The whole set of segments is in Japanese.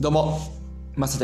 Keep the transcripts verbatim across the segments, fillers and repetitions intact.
どうも、マサです。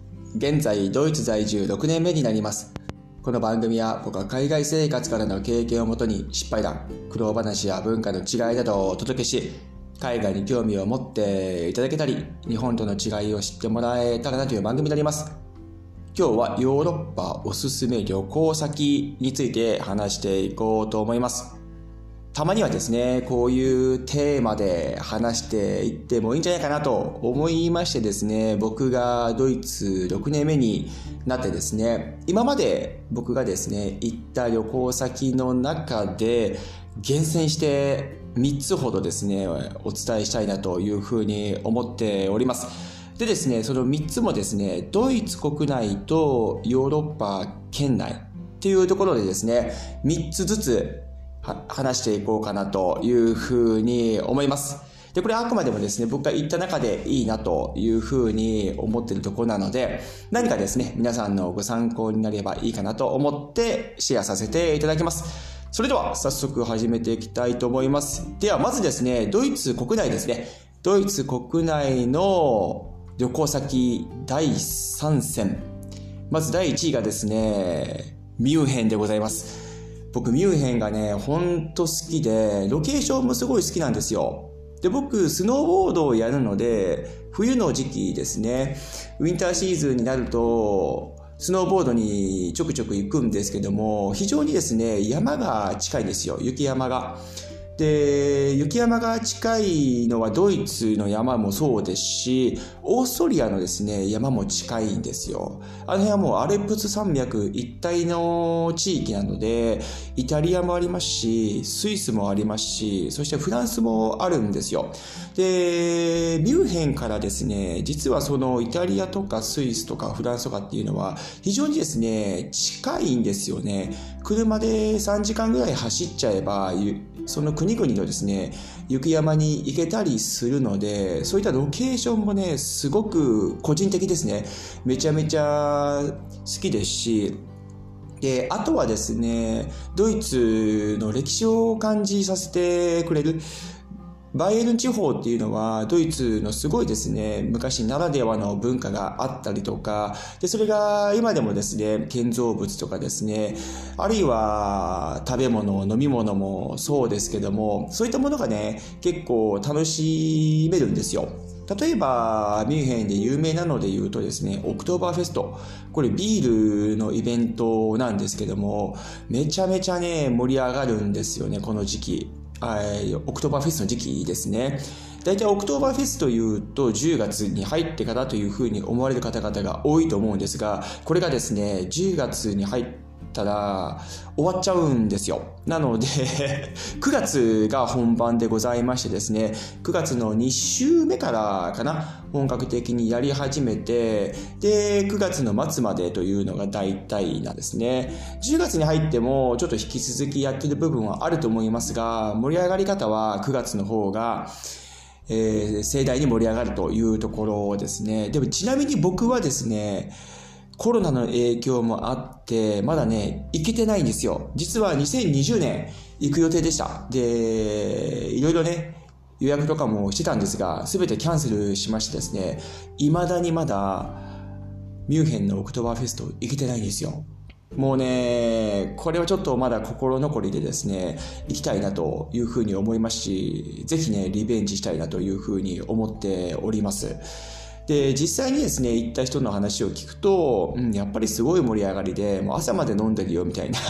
現在、ドイツ在住ろくねんめになります。この番組は僕は海外生活からの経験をもとに失敗談、苦労話や文化の違いなどをお届けし、海外に興味を持っていただけたり、日本との違いを知ってもらえたらなという番組になります。今日はヨーロッパおすすめ旅行先について話していこうと思います。たまにはですね、こういうテーマで話していってもいいんじゃないかなと思いましてですね、僕がドイツろくねんめになってですね、今まで僕がですね、行った旅行先の中で厳選してみっつほどですね、お伝えしたいなというふうに思っております。でですね、そのみっつもですね、ドイツ国内とヨーロッパ圏内っていうところでですね、みっつずつ話していこうかなというふうに思います。で、これはあくまでもですね、僕が言った中でいいなというふうに思っているところなので、何かですね、皆さんのご参考になればいいかなと思ってシェアさせていただきます。それでは早速始めていきたいと思います。ではまずですね、ドイツ国内ですね。ドイツ国内の旅行先だいさん戦。まずだいいちいがですね、ミュンヘンでございます。僕ミュンヘンがねほんと好きで、ロケーションもすごい好きなんですよ。で、僕スノーボードをやるので、冬の時期ですね、ウィンターシーズンになるとスノーボードにちょくちょく行くんですけども、非常にですね山が近いんですよ。雪山がで、雪山が近いのはドイツの山もそうですし、オーストリアのですね山も近いんですよ。あの辺はもうアルプス山脈一帯の地域なので、イタリアもありますし、スイスもありますし、そしてフランスもあるんですよ。で、ミュンヘンからですね、実はそのイタリアとかスイスとかフランスとかっていうのは非常にですね近いんですよね。車でさんじかんぐらい走っちゃえばその国々のですね雪山に行けたりするので、そういったロケーションもねすごく個人的ですね、めちゃめちゃ好きですし、であとはですね、ドイツの歴史を感じさせてくれるバイエルン地方っていうのはドイツのすごいですね昔ならではの文化があったりとかで、それが今でもですね建造物とかですね、あるいは食べ物飲み物もそうですけども、そういったものがね結構楽しめるんですよ。例えばミュンヘンで有名なので言うとですね、オクトーバーフェスト、これビールのイベントなんですけども、めちゃめちゃね盛り上がるんですよね、この時期。オクトーバーフェストの時期ですね。だいたいオクトーバーフェストというとじゅうがつに入ってからというふうに思われる方々が多いと思うんですが、これがですねじゅうがつに入ったら終わっちゃうんですよ。なのでくがつが本番でございましてですね、くがつのに週目からかな、本格的にやり始めて、でくがつの末までというのが大体なんですね。じゅうがつに入ってもちょっと引き続きやってる部分はあると思いますが、盛り上がり方はくがつの方がえー、盛大に盛り上がるというところですね。でもちなみに僕はですね、コロナの影響もあってまだね行けてないんですよ。実はにせんにじゅうねん行く予定でした。で、いろいろね予約とかもしてたんですが、全てキャンセルしましてですね、未だにまだミュンヘンのオクトーバーフェスト行けてないんですよ。もうねこれはちょっとまだ心残りでですね、行きたいなというふうに思いますし、ぜひねリベンジしたいなというふうに思っております。で、実際にですね行った人の話を聞くと、うん、やっぱりすごい盛り上がりで、もう朝まで飲んでるよみたいな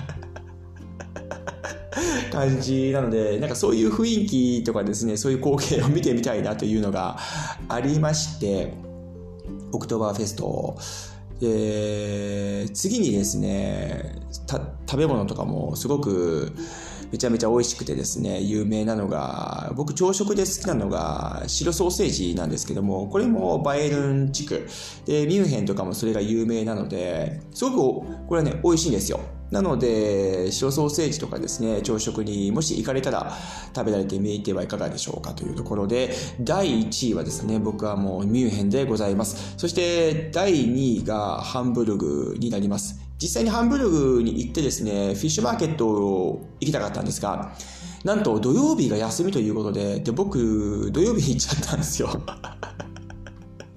感じなので、なんかそういう雰囲気とかですね、そういう光景を見てみたいなというのがありまして、オクトーバーフェストで、次にですね食べ物とかもすごくめちゃめちゃ美味しくてですね、有名なのが、僕朝食で好きなのが白ソーセージなんですけども、これもバイエルン地区でミュンヘンとかもそれが有名なので、すごくこれはね美味しいんですよ。なので白ソーセージとかですね、朝食にもし行かれたら食べられてみてはいかがでしょうかというところで、だいいちいはですね、僕はもうミュンヘンでございます。そしてだいにいがハンブルグになります。実際にハンブルグに行ってですね、フィッシュマーケットを行きたかったんですが、なんと土曜日が休みということで、で僕土曜日に行っちゃったんですよ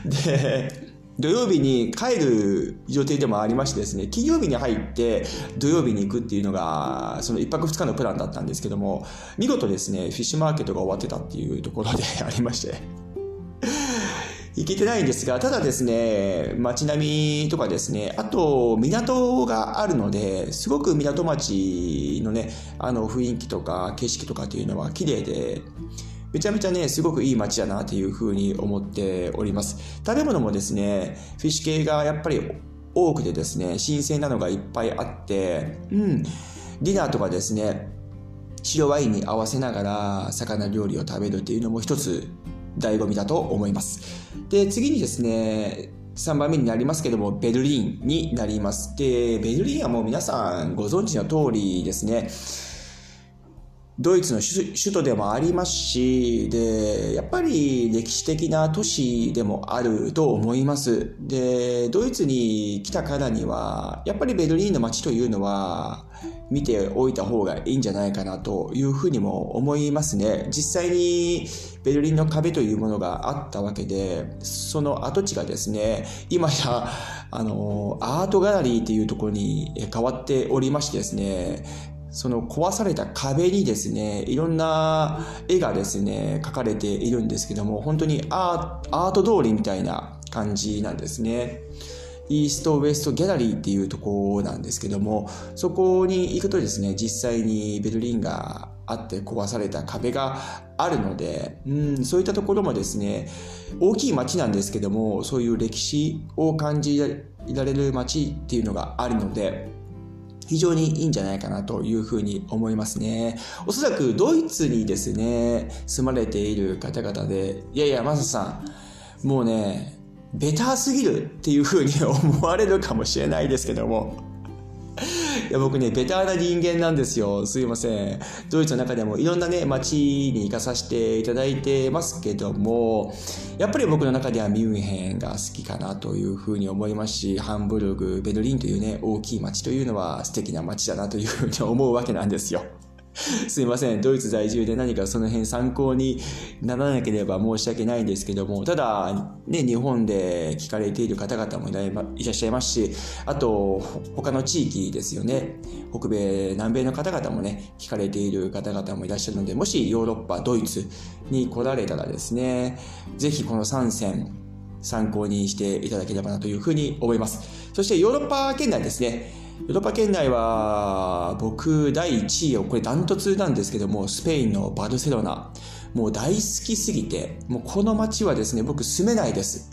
で、土曜日に帰る予定でもありましてですね、金曜日に入って土曜日に行くっていうのが、そのいっぱくふつかのプランだったんですけども、見事ですね、フィッシュマーケットが終わってたっていうところでありまして、行けてないんですが、ただですね、街並みとかですね、あと港があるので、すごく港町のね、あの雰囲気とか景色とかっていうのは綺麗で、めちゃめちゃね、すごくいい街だなというふうに思っております。食べ物もですね、フィッシュ系がやっぱり多くてですね、新鮮なのがいっぱいあって、うん、ディナーとかですね、白ワインに合わせながら魚料理を食べるっていうのも一つ醍醐味だと思います。で、次にですね、さんばんめになりますけども、ベルリンになります。で、ベルリンはもう皆さんご存知の通りですね、ドイツの首都でもありますし、で、やっぱり歴史的な都市でもあると思います。で、ドイツに来たからには、やっぱりベルリンの街というのは見ておいた方がいいんじゃないかなというふうにも思いますね。実際にベルリンの壁というものがあったわけで、その跡地がですね、今やあのアートガラリーというところに変わっておりましてですね、その壊された壁にですね、いろんな絵がですね、描かれているんですけども、本当にアー、アート通りみたいな感じなんですね。イーストウエストギャラリーっていうところなんですけども、そこに行くとですね、実際にベルリンがあって壊された壁があるので、うん、そういったところもですね、大きい街なんですけども、そういう歴史を感じられる街っていうのがあるので、非常にいいんじゃないかなというふうに思いますね。おそらくドイツにですね、住まれている方々で、いやいや、マサさん、もうね、ベターすぎるっていうふうに思われるかもしれないですけども、いや僕ね、ベターな人間なんですよ。すいません。ドイツの中でもいろんなね、街に行かさせていただいてますけども、やっぱり僕の中ではミュンヘンが好きかなというふうに思いますし、ハンブルグ、ベルリンというね、大きい街というのは素敵な街だなというふうに思うわけなんですよ。すいません。ドイツ在住で何かその辺参考にならなければ申し訳ないんですけども、ただ、ね、日本で聞かれている方々もいらっしゃいますし、あと、他の地域ですよね。北米、南米の方々もね、聞かれている方々もいらっしゃるので、もしヨーロッパ、ドイツに来られたらですね、ぜひこのさん選、参考にしていただければなというふうに思います。そしてヨーロッパ圏内ですね。ヨーロッパ圏内は僕だいいちいをこれダントツなんですけども、スペインのバルセロナ、もう大好きすぎて、もうこの街はですね、僕住めないです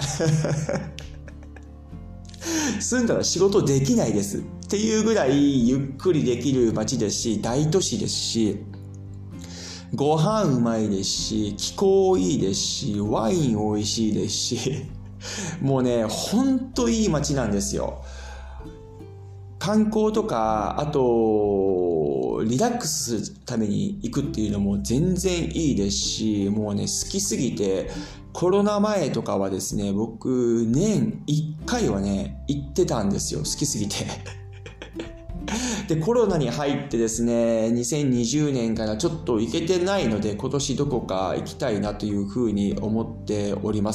住んだら仕事できないですっていうぐらいゆっくりできる街ですし、大都市ですし、ご飯うまいですし、気候いいですし、ワイン美味しいですしもうね、ほんといい街なんですよ。観光とか、あと、リラックスするために行くっていうのも全然いいですし、もうね、好きすぎて、コロナ前とかはですね、僕、年いっかいはね、行ってたんですよ。好きすぎて。で、コロナに入ってですね、にせんにじゅうねんからちょっと行けてないので、今年どこか行きたいなというふうに思っております。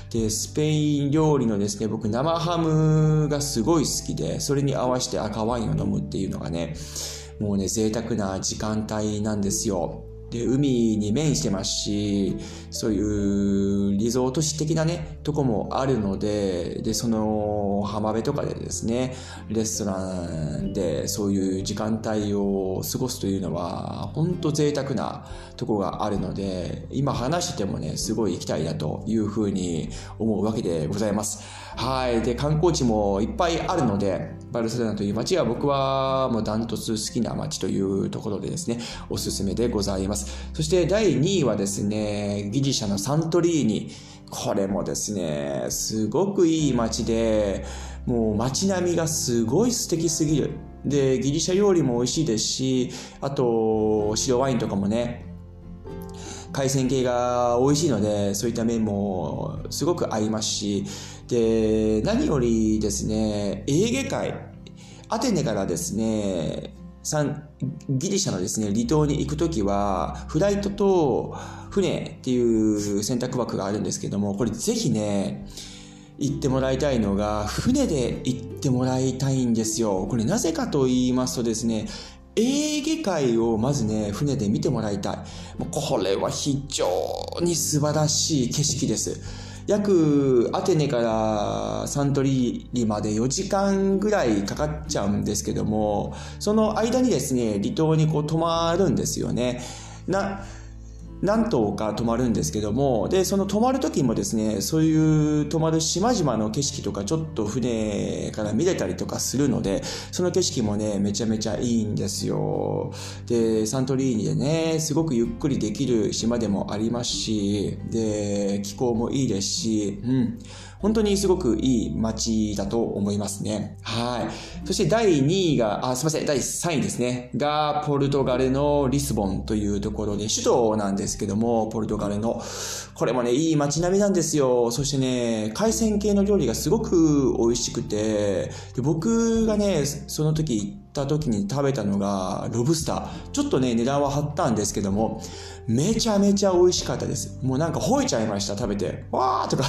で、スペイン料理のですね、僕生ハムがすごい好きで、それに合わせて赤ワインを飲むっていうのがね、もうね、贅沢な時間帯なんですよ。で、海に面してますし、そういうリゾート地的なね、とこもあるので、で、その浜辺とかでですね、レストランでそういう時間帯を過ごすというのは、ほんと贅沢なとこがあるので、今話しててもね、すごい行きたいなというふうに思うわけでございます。はい。で、観光地もいっぱいあるので、バルセロナという街は僕はもうダントツ好きな街というところでですね、おすすめでございます。そしてだいにいはですね、ギリシャのサントリーニ。これもですね、すごくいい街で、もう街並みがすごい素敵すぎる。で、ギリシャ料理も美味しいですし、あと、白ワインとかもね、海鮮系が美味しいので、そういった面もすごく合いますし、で、何よりですね、エーゲ海、アテネからですね、ギリシャのですね、離島に行くときは、フライトと船っていう選択枠があるんですけども、これぜひね、 行ってもらいたいのが、船で行ってもらいたいんですよ。これなぜかと言いますとですね、エーゲ海をまずね、船で見てもらいたい。もうこれは非常に素晴らしい景色です。約アテネからサントリーニまでよじかんぐらいかかっちゃうんですけども、その間にですね、離島にこう泊まるんですよね。な何島か泊まるんですけども、でその泊まる時もですね、そういう泊まる島々の景色とかちょっと船から見れたりとかするので、その景色もねめちゃめちゃいいんですよ。でサントリーニでね、すごくゆっくりできる島でもありますし、で気候もいいですし、うん本当にすごくいい街だと思いますね。はい。そしてだいにいが、あ、すいません、だいさんいですね。が、ポルトガルのリスボンというところで、首都なんですけども、ポルトガルの。これもね、いい街並みなんですよ。そしてね、海鮮系の料理がすごく美味しくて、で僕がね、その時行った時に食べたのが、ロブスター。ちょっとね、値段は張ったんですけども、めちゃめちゃ美味しかったです。もうなんか吠えちゃいました、食べて。わーとか。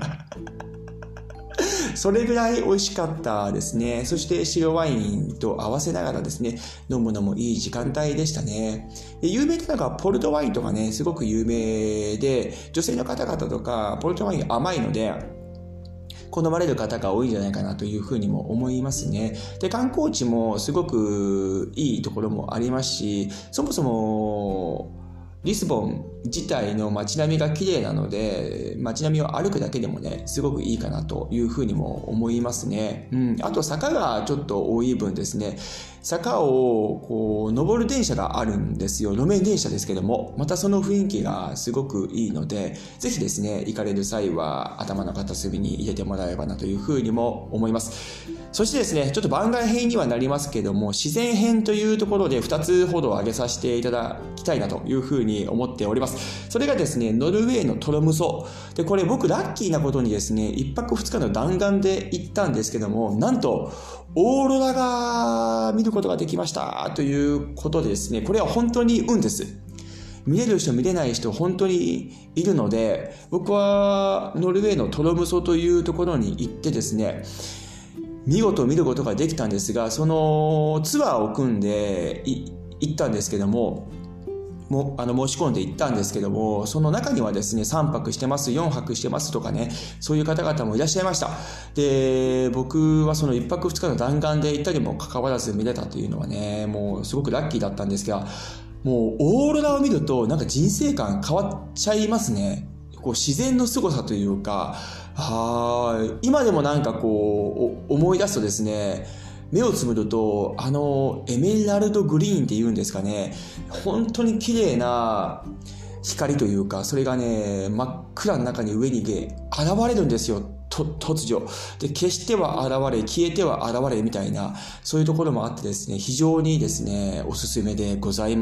それぐらい美味しかったですね。そして白ワインと合わせながらですね、飲むのもいい時間帯でしたね。で有名なのがポルトワインとかね、すごく有名で、女性の方々とかポルトワイン甘いので好まれる方が多いんじゃないかなというふうにも思いますね。で観光地もすごくいいところもありますし、そもそもリスボン自体の街並みが綺麗なので、街並みを歩くだけでもね、すごくいいかなというふうにも思いますね。うん。あと坂がちょっと多い分ですね、坂をこう登る電車があるんですよ。路面電車ですけども、またその雰囲気がすごくいいので、ぜひですね、行かれる際は頭の片隅に入れてもらえればなというふうにも思います。そしてですね、ちょっと番外編にはなりますけども、自然編というところでふたつほど挙げさせていただきたいなというふうに思っております。それがですね、ノルウェーのトロムソ。で、これ僕ラッキーなことにですね、いっぱくふつかの弾丸で行ったんですけども、なんと、オーロラが見ることができましたということでですね、これは本当に運です。見れる人見れない人本当にいるので、僕はノルウェーのトロムソというところに行ってですね、見事見ることができたんですが、そのツアーを組んで行ったんですけども、もあの申し込んで行ったんですけども、その中にはですね、さんぱくしてます、よんはくしてますとかね、そういう方々もいらっしゃいました。で、僕はそのいっぱくふつかの弾丸で行ったにもかかわらず見れたというのはね、もうすごくラッキーだったんですが、もうオーロラを見るとなんか人生観変わっちゃいますね。こう自然の凄さというか、はい今でもなんかこう思い出すとですね、目をつむるとあのエメラルドグリーンっていうんですかね、本当に綺麗な光というか、それがね真っ暗の中に上に現れるんですよ。と突如で消しては現れ消えては現れみたいな、そういうところもあってですね、非常にですねおすすめでございます。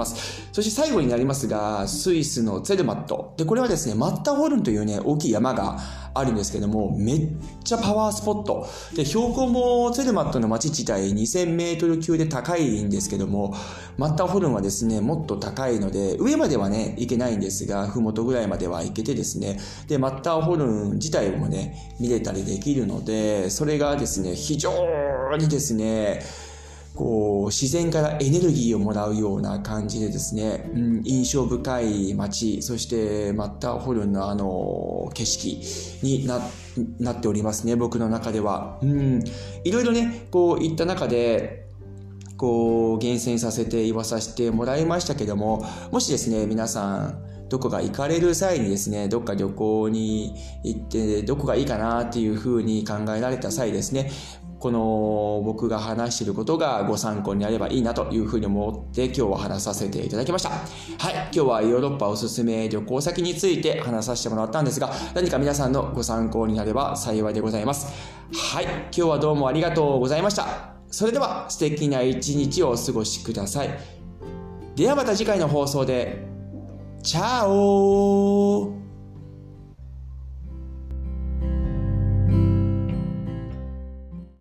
そして最後になりますが、スイスのツェルマットで、これはですねマッターホルンというね大きい山があるんですけども、めっちゃパワースポットで、標高もツェルマットの町自体にせんメートル級で高いんですけども、マッターホルンはですねもっと高いので、上まではね行けないんですが、ふもとぐらいまでは行けてですね、でマッターホルン自体もね見れたりできるので、それがですね非常にですねこう自然からエネルギーをもらうような感じでですね、うん、印象深い街、そしてマッターホルンのあの景色に な, なっておりますね、僕の中では。うん、いろいろねこういった中でこう厳選させて言わさせてもらいましたけども、もしですね皆さんどこか行かれる際にですね、どっか旅行に行ってどこがいいかなっていうふうに考えられた際ですね、この僕が話していることがご参考になればいいなというふうに思って今日は話させていただきました。はい、今日はヨーロッパおすすめ旅行先について話させてもらったんですが、何か皆さんのご参考になれば幸いでございます。はい、今日はどうもありがとうございました。それでは素敵な一日をお過ごしください。ではまた次回の放送で。チャオ